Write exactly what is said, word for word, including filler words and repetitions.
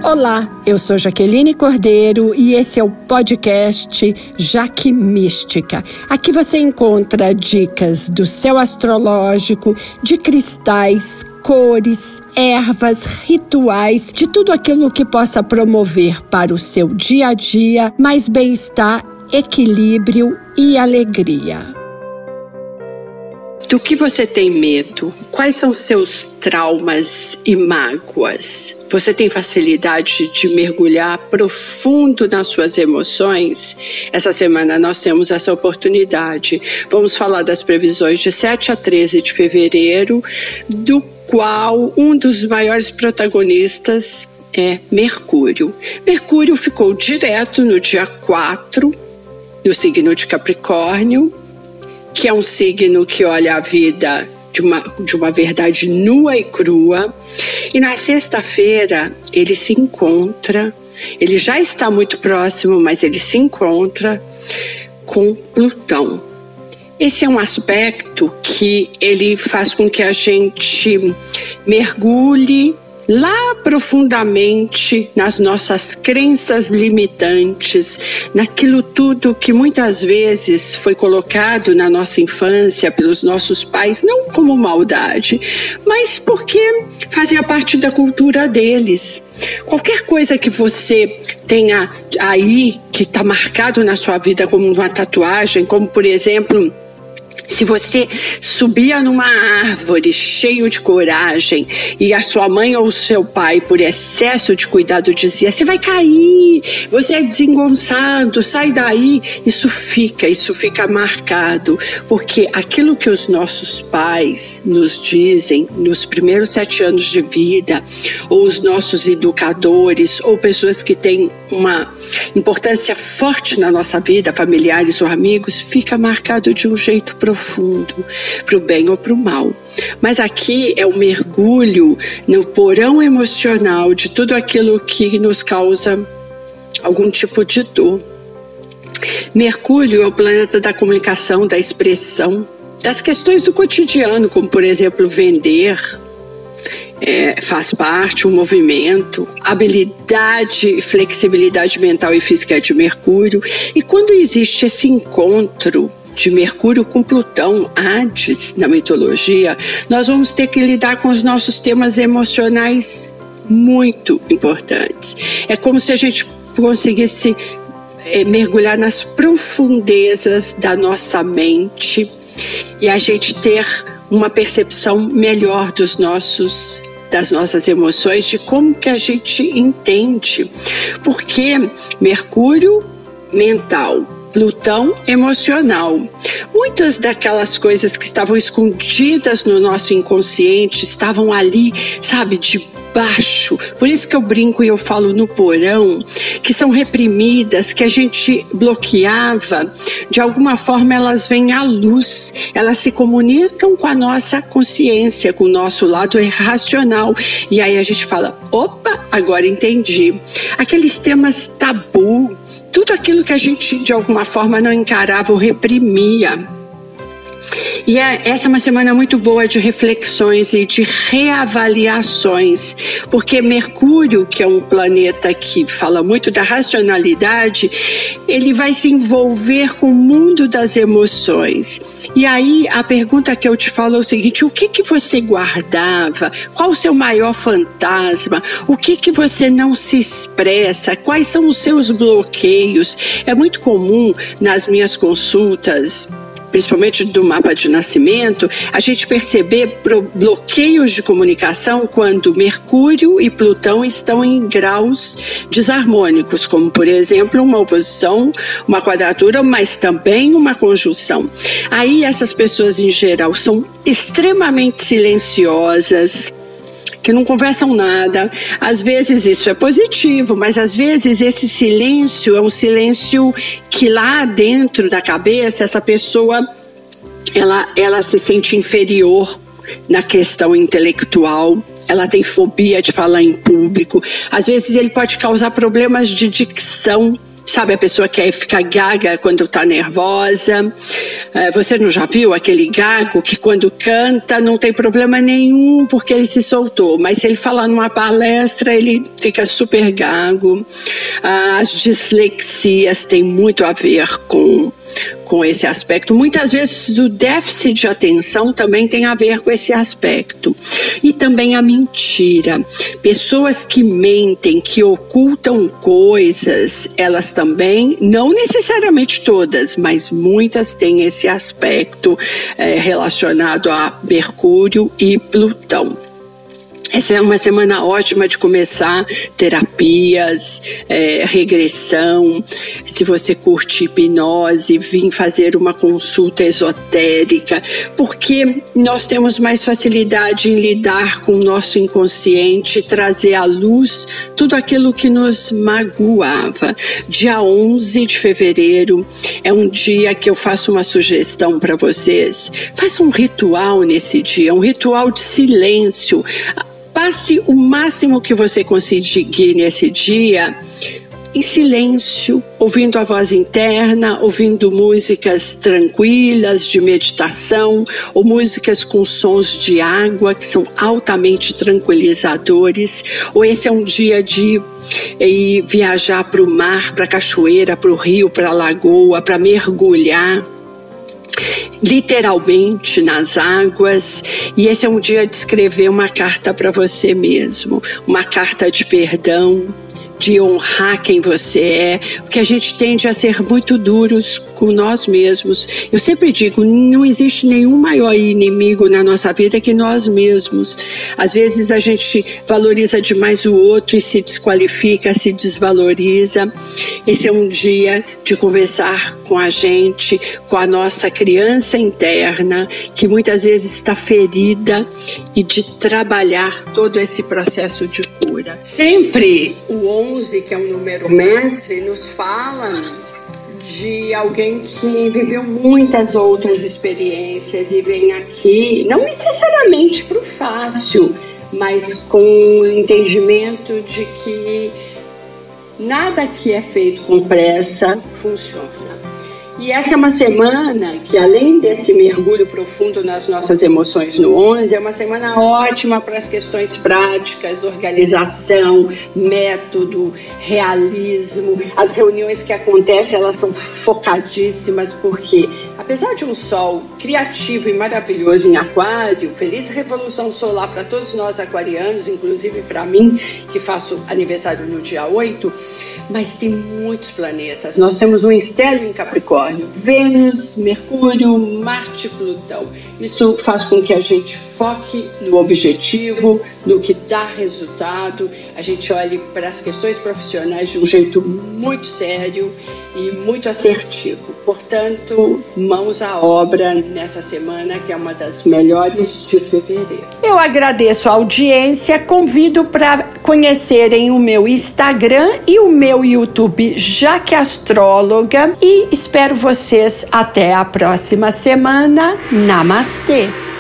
Olá, eu sou Jaqueline Cordeiro e esse é o podcast Jaque Mística. Aqui você encontra dicas do céu astrológico, de cristais, cores, ervas, rituais, de tudo aquilo que possa promover para o seu dia a dia mais bem-estar, equilíbrio e alegria. Do que você tem medo? Quais são seus traumas e mágoas? Você tem facilidade de mergulhar profundo nas suas emoções? Essa semana nós temos essa oportunidade. Vamos falar das previsões de sete a treze de fevereiro, do qual um dos maiores protagonistas é Mercúrio. Mercúrio ficou direto no dia quatro, no signo de Capricórnio, que é um signo que olha a vida de uma, de uma verdade nua e crua. E na sexta-feira ele se encontra, ele já está muito próximo, mas ele se encontra com Plutão. Esse é um aspecto que ele faz com que a gente mergulhe lá profundamente nas nossas crenças limitantes, naquilo tudo que muitas vezes foi colocado na nossa infância pelos nossos pais, não como maldade, mas porque fazia parte da cultura deles. Qualquer coisa que você tenha aí que está marcado na sua vida como uma tatuagem, como por exemplo, se você subia numa árvore cheio de coragem e a sua mãe ou o seu pai, por excesso de cuidado, dizia: você vai cair, você é desengonçado, sai daí. Isso fica, isso fica marcado, porque aquilo que os nossos pais nos dizem nos primeiros sete anos de vida, ou os nossos educadores, ou pessoas que têm uma importância forte na nossa vida, familiares ou amigos, fica marcado de um jeito profundo, para o bem ou para o mal. Mas aqui é um mergulho no porão emocional de tudo aquilo que nos causa algum tipo de dor. Mercúrio é o planeta da comunicação, da expressão, das questões do cotidiano, como por exemplo vender. É, faz parte, o um movimento, habilidade, flexibilidade mental e física de Mercúrio. E quando existe esse encontro de Mercúrio com Plutão, Hades, na mitologia, nós vamos ter que lidar com os nossos temas emocionais muito importantes. É como se a gente conseguisse é, mergulhar nas profundezas da nossa mente e a gente ter uma percepção melhor dos nossos das nossas emoções, de como que a gente entende. Porque Mercúrio mental, Plutão emocional. Muitas daquelas coisas que estavam escondidas no nosso inconsciente estavam ali, sabe, debaixo. Por isso que eu brinco e eu falo no porão, que são reprimidas, que a gente bloqueava. De alguma forma elas vêm à luz, elas se comunicam com a nossa consciência, com o nosso lado irracional. E aí a gente fala: opa, agora entendi. Aqueles temas tabu, tudo aquilo que a gente de alguma forma não encarava ou reprimia. E é, essa é uma semana muito boa de reflexões e de reavaliações, porque Mercúrio, que é um planeta que fala muito da racionalidade, ele vai se envolver com o mundo das emoções. E aí a pergunta que eu te falo é o seguinte: o que que você guardava? Qual o seu maior fantasma? O que que você não se expressa? Quais são os seus bloqueios? É muito comum nas minhas consultas, principalmente do mapa de nascimento, a gente perceber bloqueios de comunicação quando Mercúrio e Plutão estão em graus desarmônicos, como por exemplo uma oposição, uma quadratura, mas também uma conjunção. Aí essas pessoas em geral são extremamente silenciosas, que não conversam nada. Às vezes isso é positivo, mas às vezes esse silêncio é um silêncio que lá dentro da cabeça essa pessoa ela, ela se sente inferior na questão intelectual, ela tem fobia de falar em público. Às vezes ele pode causar problemas de dicção, Sabe a pessoa que fica gaga quando está nervosa? É, você não já viu aquele gago que quando canta não tem problema nenhum porque ele se soltou, mas se ele falar numa palestra ele fica super gago. As dislexias têm muito a ver com, com esse aspecto. Muitas vezes o déficit de atenção também tem a ver com esse aspecto. E também a mentira. Pessoas que mentem, que ocultam coisas, elas também, não necessariamente todas, mas muitas têm esse aspecto é, relacionado a Mercúrio e Plutão. Essa é uma semana ótima de começar terapias, é, regressão. Se você curte hipnose, vir fazer uma consulta esotérica, porque nós temos mais facilidade em lidar com o nosso inconsciente, trazer à luz tudo aquilo que nos magoava. Dia onze de fevereiro é um dia que eu faço uma sugestão para vocês. Faça um ritual nesse dia, um ritual de silêncio. Passe o máximo que você conseguir nesse dia em silêncio, ouvindo a voz interna, ouvindo músicas tranquilas de meditação ou músicas com sons de água que são altamente tranquilizadores. Ou esse é um dia de ir viajar para o mar, para a cachoeira, para o rio, para a lagoa, para mergulhar literalmente nas águas, e esse é um dia de escrever uma carta para você mesmo, uma carta de perdão, de honrar quem você é, porque a gente tende a ser muito duros com nós mesmos. Eu sempre digo, não existe nenhum maior inimigo na nossa vida que nós mesmos. Às vezes a gente valoriza demais o outro e se desqualifica, se desvaloriza. Esse é um dia de conversar com a gente, com a nossa criança interna, que muitas vezes está ferida, e de trabalhar todo esse processo de cura. Sempre o onze, que é um número mestre, nos fala de alguém que viveu muitas outras experiências e vem aqui, não necessariamente para o fácil, mas com o entendimento de que nada que é feito com pressa funciona. E essa é uma semana que, além desse mergulho profundo nas nossas emoções no onze, é uma semana ótima para as questões práticas, organização, método, realismo. As reuniões que acontecem, elas são focadíssimas, porque apesar de um sol criativo e maravilhoso em Aquário, feliz revolução solar para todos nós aquarianos, inclusive para mim, que faço aniversário no dia oito, mas tem muitos planetas. Nós temos um estélio em Capricórnio, Vênus, Mercúrio, Marte e Plutão. Isso faz com que a gente foque no objetivo, no que dá resultado, a gente olhe para as questões profissionais de um jeito muito sério e muito assertivo. Portanto, mãos à obra nessa semana, que é uma das melhores de fevereiro. Eu agradeço a audiência, convido para conhecerem o meu Instagram e o meu YouTube Jaque Astróloga, e espero vocês até a próxima semana. Namastê!